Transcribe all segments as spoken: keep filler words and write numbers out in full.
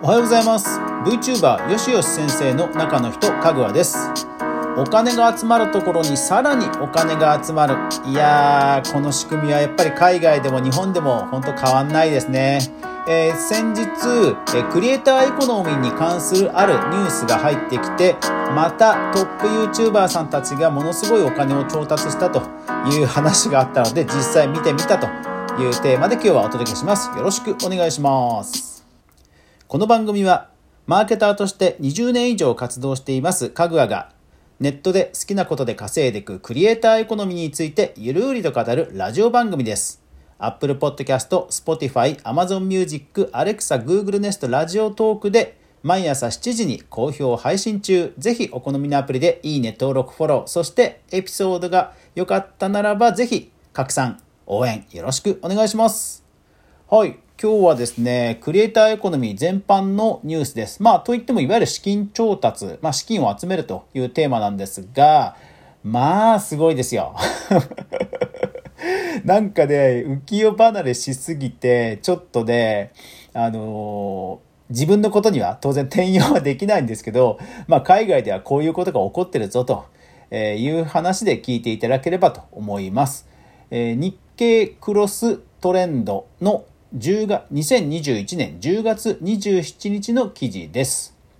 おはようございます。 VTuber よしよし先生の中の人、かぐわです。お金が集まるところにさらにお金が集まる。いやー、この仕組みはやっぱり海外でも日本でも本当変わんないですね。えー、先日、えー、クリエイターエコノミーに関するあるニュースが入ってきて、またトップ YouTuber さんたちがものすごいお金を調達したという話があったので、実際見てみたというテーマで今日はお届けします。よろしくお願いします。この番組はマーケターとしてにじゅうねん以上活動していますかぐわが、ネットで好きなことで稼いでいくクリエイターエコノミーについてゆるりと語るラジオ番組です。Apple Podcast、Spotify、Amazon Music、Alexa、Google Nest ラジオトークで毎朝しちじに好評配信中。ぜひお好みのアプリでいいね、登録、フォロー、そしてエピソードが良かったならばぜひ拡散、応援よろしくお願いします。はい、今日はですね、クリエイターエコノミー全般のニュースです。まあといってもいわゆる資金調達、まあ資金を集めるというテーマなんですが、まあすごいですよ。なんかね、浮世離れしすぎて、ちょっとね、あのー、自分のことには当然転用はできないんですけど、まあ海外ではこういうことが起こってるぞという話で聞いていただければと思います。えー、日経クロストレンドのじゅうがにせんにじゅういちねんじゅうがつにじゅうしちにちの記事です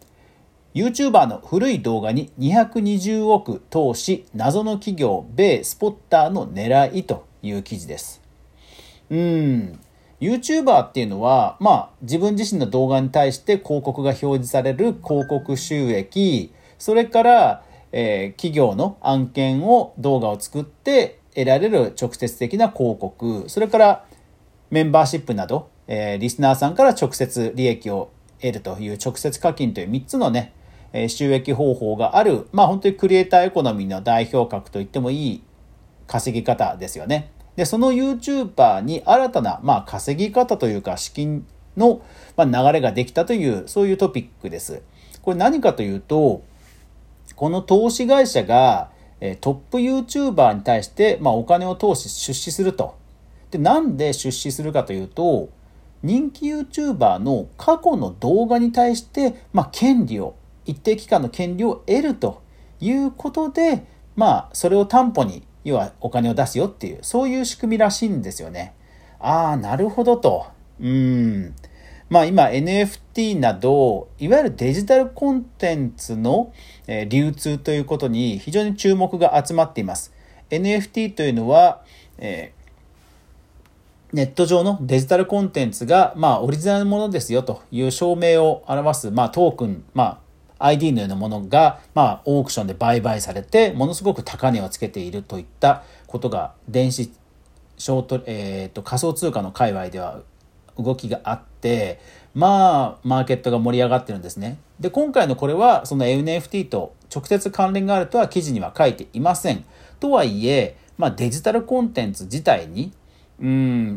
。YouTuber の古い動画ににひゃくにじゅうおく投資、謎の企業米スポッターの狙いという記事です。うーん YouTuber っていうのは、まあ自分自身の動画に対して広告が表示される広告収益、それから、えー、企業の案件を動画を作って得られる直接的な広告、それからメンバーシップなど、えー、リスナーさんから直接利益を得るという直接課金というみっつのね、えー、収益方法がある、まあ本当にクリエイターエコノミーの代表格と言ってもいい稼ぎ方ですよね。で、その YouTuber に新たな、まあ稼ぎ方というか資金の、まあ、流れができたという、そういうトピックです。これ何かというと、この投資会社がトップ YouTuber に対して、まあ、お金を投資、出資すると。で、なんで出資するかというと、人気 YouTuber の過去の動画に対して、まあ、権利を、一定期間の権利を得るということで、まあ、それを担保に、要はお金を出すよっていう、そういう仕組みらしいんですよね。ああ、なるほどと。うーん。まあ今 エヌエフティー など、いわゆるデジタルコンテンツの流通ということに非常に注目が集まっています。エヌエフティー というのは、えーネット上のデジタルコンテンツが、まあ、オリジナルのものですよという証明を表す、まあ、トークン、まあ、アイディー のようなものが、まあ、オークションで売買されて、ものすごく高値をつけているといったことが、電子、ショート、えっと、仮想通貨の界隈では動きがあって、まあ、マーケットが盛り上がってるんですね。で、今回のこれは、その エヌエフティー と直接関連があるとは記事には書いていません。とはいえ、まあ、デジタルコンテンツ自体に、うん、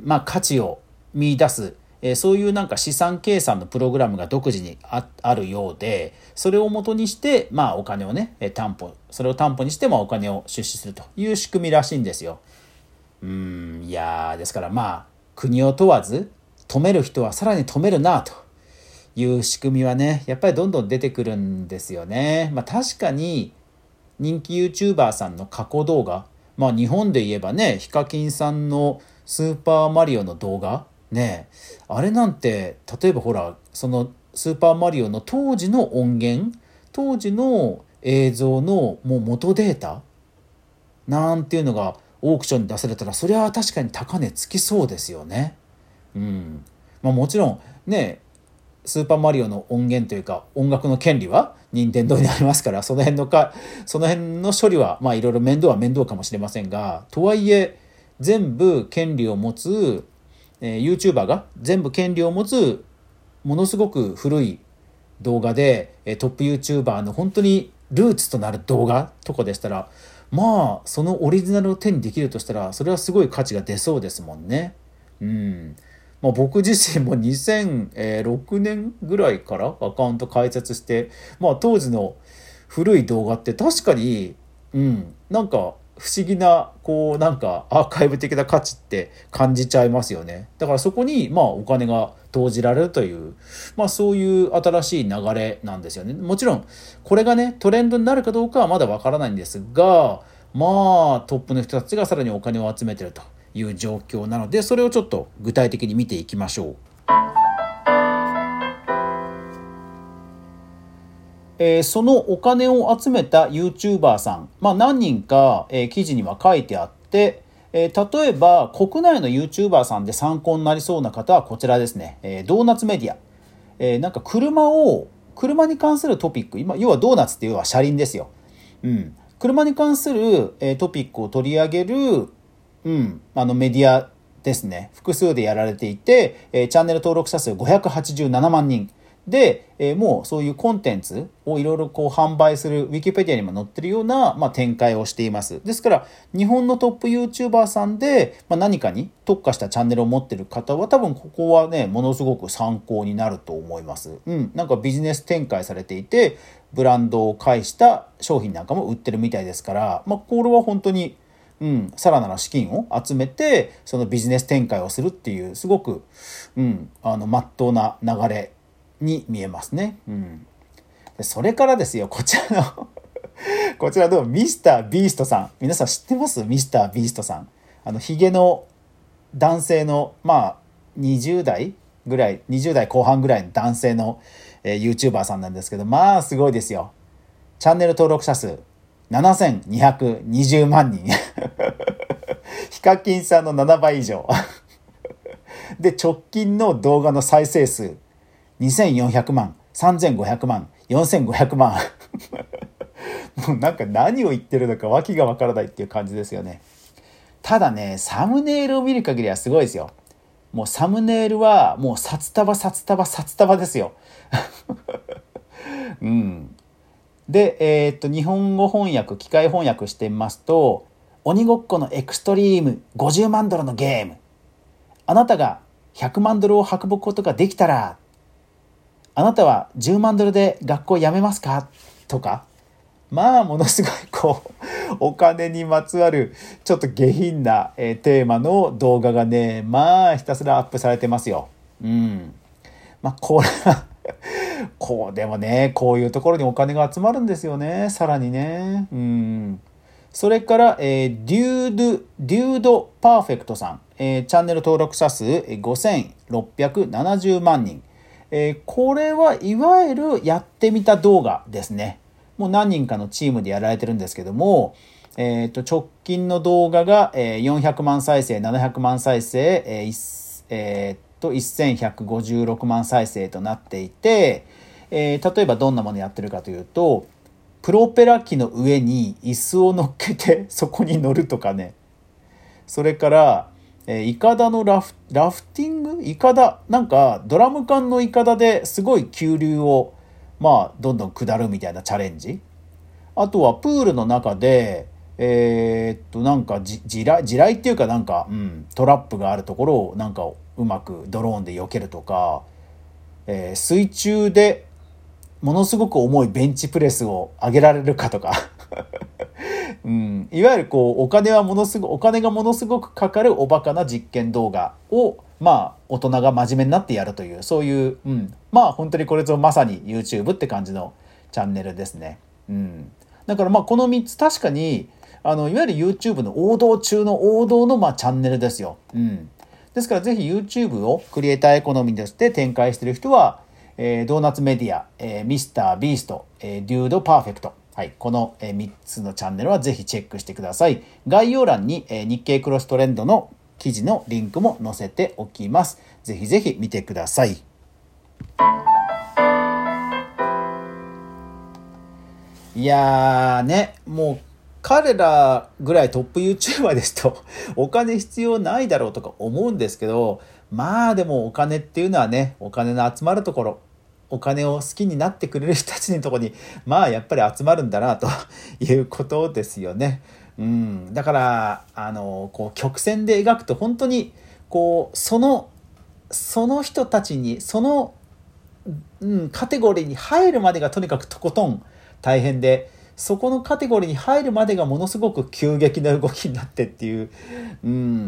まあ価値を見出す、えー、そういうなんか資産計算のプログラムが独自に あ, あるようで、それを元にして、まあお金をね、担保、それを担保にして、まあお金を出資するという仕組みらしいんですよ。うん、いやー、ですからまあ、国を問わず、止める人はさらに止めるなという仕組みはね、やっぱりどんどん出てくるんですよね。まあ確かに、人気 YouTuber さんの過去動画、まあ日本で言えばね、ヒカキンさんのスーパーマリオの動画ね、あれなんて例えばほら、そのスーパーマリオの当時の音源、当時の映像のもう元データなんていうのがオークションに出されたら、それは確かに高値つきそうですよね。うん。まあもちろんね、スーパーマリオの音源というか音楽の権利は任天堂にありますから、その辺のかその辺の処理はまあいろいろ面倒は面倒かもしれませんが、とはいえ全部権利を持つ、えー、YouTuber が全部権利を持つものすごく古い動画で、えー、トップ YouTuber の本当にルーツとなる動画とかでしたら、まあそのオリジナルを手にできるとしたら、それはすごい価値が出そうですもんね。うん。まあ、僕自身もにせんろくねんぐらいからアカウント開設して、まあ当時の古い動画って確かに、うん、なんか不思議な、こう、なんか、アーカイブ的な価値って感じちゃいますよね。だからそこに、まあ、お金が投じられるという、まあ、そういう新しい流れなんですよね。もちろん、これがね、トレンドになるかどうかはまだわからないんですが、まあ、トップの人たちがさらにお金を集めているという状況なので、それをちょっと具体的に見ていきましょう。えー、そのお金を集めた YouTuber さん、まあ、何人か、えー、記事には書いてあって、えー、例えば国内の YouTuber さんで参考になりそうな方はこちらですね、えー、ドーナツメディア、えー、なんか車を車に関するトピック、今要はドーナツっていうのは車輪ですよ、うん、車に関する、えー、トピックを取り上げる、うん、あのメディアですね、複数でやられていて、えー、チャンネル登録者数ごひゃくはちじゅうななまんにんで、えー、もうそういうコンテンツをいろいろこう販売するウィキペディアにも載ってるような、まあ、展開をしています。ですから日本のトップ YouTuber さんで、まあ、何かに特化したチャンネルを持ってる方は多分ここはねものすごく参考になると思います。うん、なんかビジネス展開されていてブランドを介した商品なんかも売ってるみたいですから、まあ、これは本当にうん、さらなる資金を集めてそのビジネス展開をするっていうすごく、うん、あの真っ当な流れに見えますね。うん、でそれからですよ、こちらのこちらのミスタービーストさん、皆さん知ってます？ミスタービーストさん、あのヒゲの男性のまあにじゅう代ぐらいにじゅう代後半ぐらいの男性の、えー、YouTuber さんなんですけど、まあすごいですよ。チャンネル登録者数ななせんにひゃくにじゅうまんにんヒカキンさんのななばい以上で直近の動画の再生数にせんよんひゃくまん、さんぜんごひゃくまん、よんせんごひゃくまんもうなんか何を言ってるのか訳がわからないっていう感じですよね。ただね、サムネイルを見る限りはすごいですよ。もうサムネイルはもう札束札束札束ですようん。で、えー、っと日本語翻訳機械翻訳してみますと、鬼ごっこのエクストリームごじゅうまんドルのゲーム、あなたがひゃくまんドルを運ぶことができたらあなたはじゅうまんドルで学校辞めますかとか、まあものすごいこうお金にまつわるちょっと下品な、えー、テーマの動画がね、まあひたすらアップされてますよ。うん。まあこれはこうでもね、こういうところにお金が集まるんですよね、さらにね。うん。それから、えー、デュード、デュードパーフェクトさん、えー、チャンネル登録者数ごせんろっぴゃくななじゅうまんにん。えー、これはいわゆるやってみた動画ですね。もう何人かのチームでやられてるんですけども、えー、と直近の動画がよんひゃくまん再生、ななひゃくまん再生、えーえー、とせんひゃくごじゅうろくまん再生となっていて、えー、例えばどんなものやってるかというと、プロペラ機の上に椅子を乗っけてそこに乗るとかね。それからえー、イカダのラフ、ラフティングイカダ、なんかドラム缶のイカダですごい急流をまあどんどん下るみたいなチャレンジ。あとはプールの中でえー、っとなんかじ地雷地雷っていうかなんか、うん、トラップがあるところをなんかうまくドローンで避けるとか、えー、水中でものすごく重いベンチプレスを上げられるかとかうん、いわゆるこうお金はものすごお金がものすごくかかるおバカな実験動画をまあ大人が真面目になってやるというそういう、うん、まあ本当にこれぞまさに YouTube って感じのチャンネルですね。うん、だからまあこのみっつ確かにあのいわゆる YouTube の王道中の王道のまあチャンネルですよ。うん、ですからぜひ YouTube をクリエイターエコノミーとして展開している人は、えー、ドーナツメディア、えー、ミスタービースト、えー、デュードパーフェクト、はい、このみっつのチャンネルはぜひチェックしてください。概要欄に日経クロストレンドの記事のリンクも載せておきます。ぜひぜひ見てください。いやーね、もう彼らぐらいトップ YouTuber ですとお金必要ないだろうとか思うんですけど、まあでもお金っていうのはね、お金の集まるところ、お金を好きになってくれる人たちのところにまあやっぱり集まるんだなということですよね。うん、だからあのこう曲線で描くと本当にこうそのその人たちにその、うん、カテゴリーに入るまでがとにかくとことん大変で、 そこのカテゴリーに入るまでがものすごく急激な動きになってっていう、うん、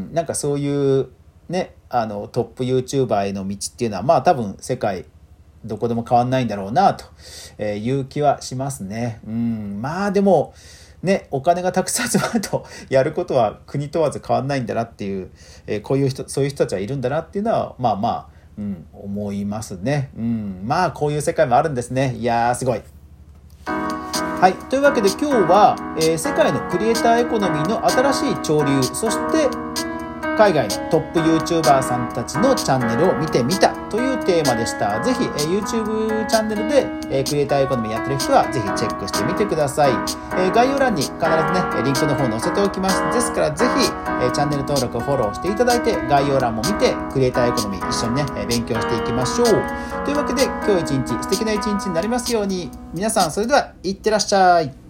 なんかそういうね、あのトップ YouTuber への道っていうのはまあ多分世界どこでも変わんないんだろうなという気はしますね。うん、まあでもね、お金がたくさん集まるとやることは国問わず変わんないんだなっていう、えー、こういう人、そういう人たちはいるんだなっていうのはまあまあ、うん、思いますね。うん、まあこういう世界もあるんですね。いやーすごい。はい、というわけで今日は、えー、世界のクリエイターエコノミーの新しい潮流、そして海外のトップ YouTuber さんたちのチャンネルを見てみたというテーマでした。ぜひ、えー、YouTube チャンネルで、えー、クリエイターエコノミーやってる人はぜひチェックしてみてください。えー、概要欄に必ずねリンクの方載せておきます。ですからぜひ、えー、チャンネル登録フォローしていただいて概要欄も見てクリエイターエコノミー一緒にね、えー、勉強していきましょう。というわけで今日一日素敵な一日になりますように。皆さんそれではいってらっしゃい。